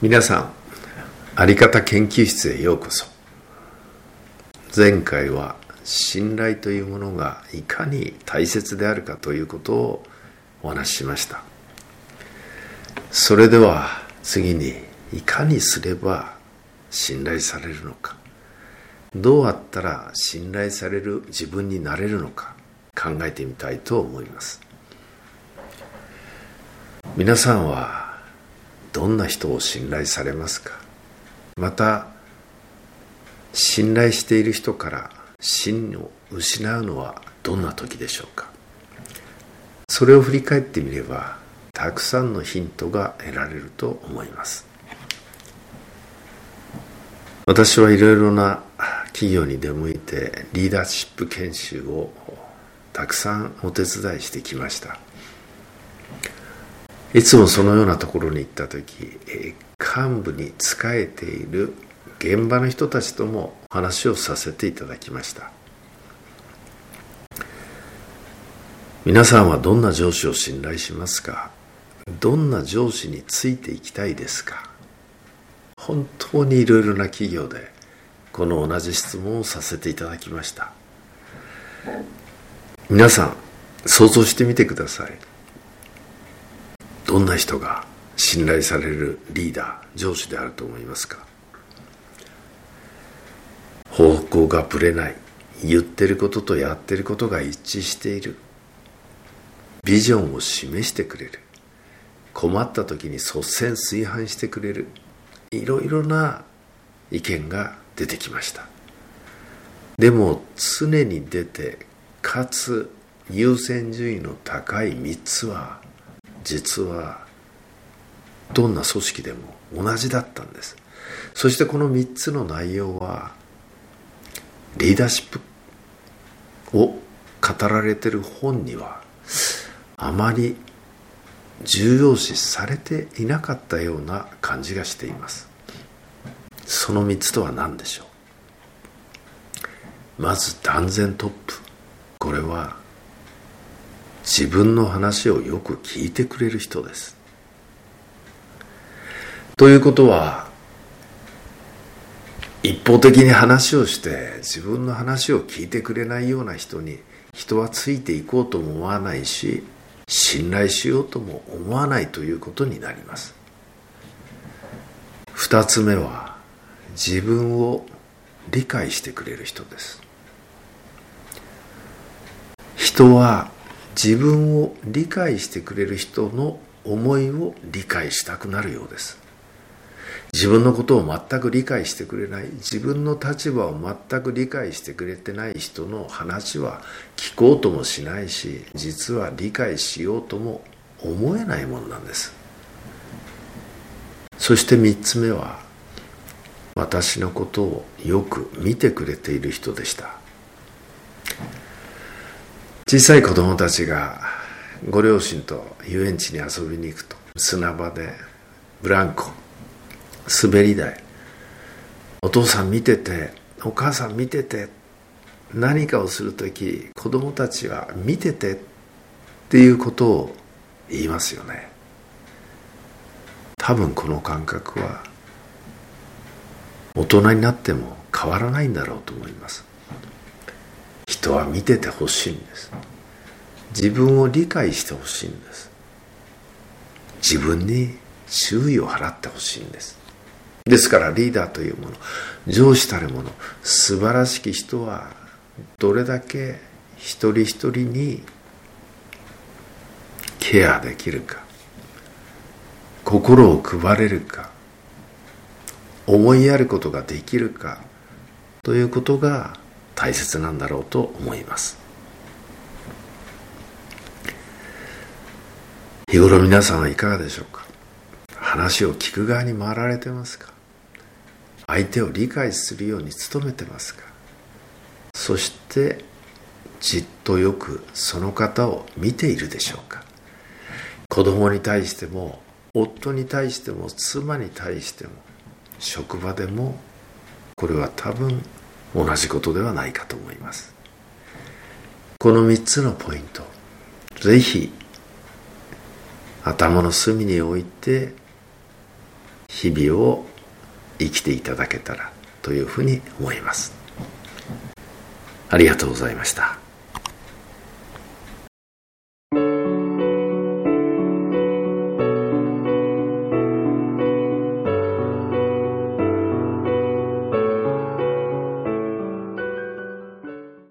皆さん、あり方研究室へようこそ。前回は信頼というものがいかに大切であるかということをお話ししました。それでは次に、いかにすれば信頼されるのか、どうあったら信頼される自分になれるのか考えてみたいと思います。皆さんはどんな人を信頼されますか？また、信頼している人から信を失うのはどんな時でしょうか？それを振り返ってみれば、たくさんのヒントが得られると思います。私はいろいろな企業に出向いてリーダーシップ研修をたくさんお手伝いしてきました。いつもそのようなところに行った時、幹部に仕えている現場の人たちとも話をさせていただきました。皆さんはどんな上司を信頼しますか？どんな上司についていきたいですか？本当にいろいろな企業でこの同じ質問をさせていただきました。皆さん、想像してみてください。どんな人が信頼されるリーダー、上司であると思いますか？方向がぶれない、言ってることとやってることが一致している、ビジョンを示してくれる、困った時に率先垂範してくれる、いろいろな意見が出てきました。でも常に出て、かつ優先順位の高い3つは、実はどんな組織でも同じだったんです。そしてこの3つの内容は、リーダーシップを語られている本にはあまり重要視されていなかったような感じがしています。その3つとは何でしょう？まず断然トップ。これは自分の話をよく聞いてくれる人です。ということは、一方的に話をして自分の話を聞いてくれないような人に人はついていこうとも思わないし、信頼しようとも思わないということになります。二つ目は、自分を理解してくれる人です。人は自分を理解してくれる人の思いを理解したくなるようです。自分のことを全く理解してくれない、自分の立場を全く理解してくれてない人の話は聞こうともしないし、実は理解しようとも思えないものなんです。そして3つ目は、私のことをよく見てくれている人でした。小さい子供たちがご両親と遊園地に遊びに行くと、砂場でブランコ、滑り台、お父さん見てて、お母さん見てて、何かをするとき子供たちは見ててっていうことを言いますよね。多分この感覚は大人になっても変わらないんだろうと思います。人は見ててほしいんです。自分を理解してほしいんです。自分に注意を払ってほしいんです。ですからリーダーというもの、上司たるもの、素晴らしき人はどれだけ一人一人にケアできるか、心を配れるか、思いやることができるかということが大切なんだろうと思います。日頃皆さんはいかがでしょうか？話を聞く側に回られてますか？相手を理解するように努めてますか？そしてじっとよくその方を見ているでしょうか？子供に対しても、夫に対しても、妻に対しても、職場でも、これは多分同じことではないかと思います。この3つのポイント、ぜひ頭の隅に置いて日々を生きていただけたらというふうに思います。ありがとうございました。